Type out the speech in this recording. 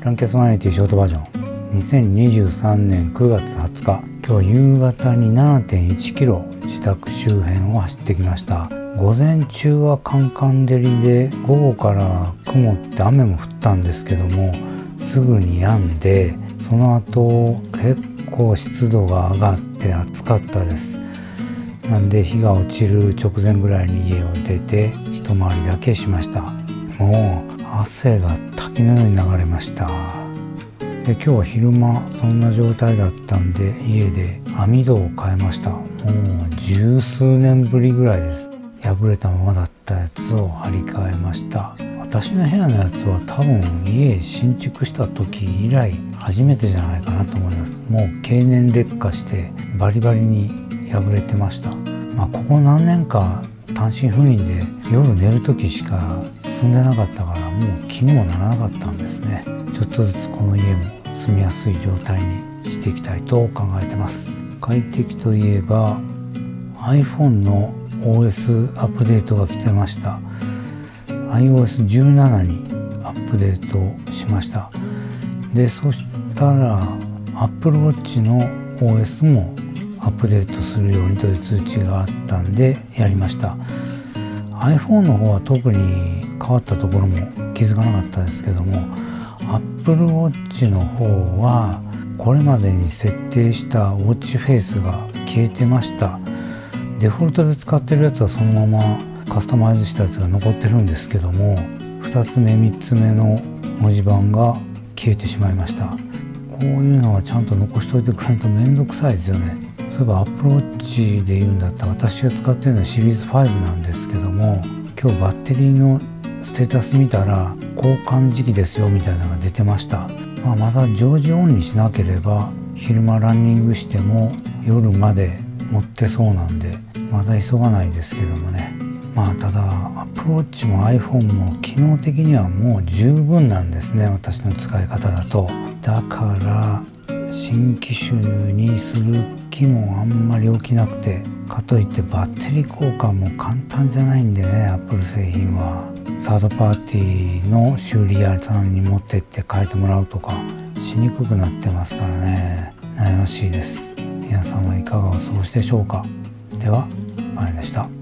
ランキャスマイニティショートバージョン2023年9月20日、今日夕方に 7.1 キロ自宅周辺を走ってきました。午前中はカンカン照りで、午後から曇って雨も降ったんですけども、すぐに止んで、その後結構湿度が上がって暑かったです。なんで日が落ちる直前ぐらいに家を出て一回りだけしました。もう汗が滝のように流れました。で、今日は昼間そんな状態だったんで、家で網戸を変えました。もう十数年ぶりぐらいです。破れたままだったやつを張り替えました。私の部屋のやつは多分家新築した時以来初めてじゃないかなと思います。もう経年劣化してバリバリに破れてました。ここ何年か単身赴任で夜寝る時しか住んでなかったから、もう気にもならなかったんですね。ちょっとずつこの家も住みやすい状態にしていきたいと考えてます。快適といえば iPhone の OS アップデートが来てました。iOS17 にアップデートしました。で、そしたら Apple Watch の OS もアップデートするようにという通知があったんでやりました。 iPhone の方は特に変わったところも気づかなかったですけども、 Apple Watch の方はこれまでに設定したウォッチフェイスが消えてました。デフォルトで使ってるやつはそのままカスタマイズしたやつが残ってるんですけども、2つ目3つ目の文字盤が消えてしまいました。こういうのはちゃんと残しといてくれるとめんどくさいですよね。そういえば Apple Watch で言うんだったら、私が使ってるのはシリーズ5なんですけども、今日バッテリーのステータス見たら交換時期ですよみたいなのが出てました。まだ常時オンにしなければ昼間ランニングしても夜まで持ってそうなんで、まだ急がないですけどもね。ただ Apple Watch も iPhone も機能的にはもう十分なんですね、私の使い方だと。だから新機種にする気もあんまり起きなくて、かといってバッテリー交換も簡単じゃないんでね、Apple 製品は。サードパーティーの修理屋さんに持ってって変えてもらうとかしにくくなってますからね、悩ましいです。皆さんはいかがお過ごしでしょうか。では、まやでした。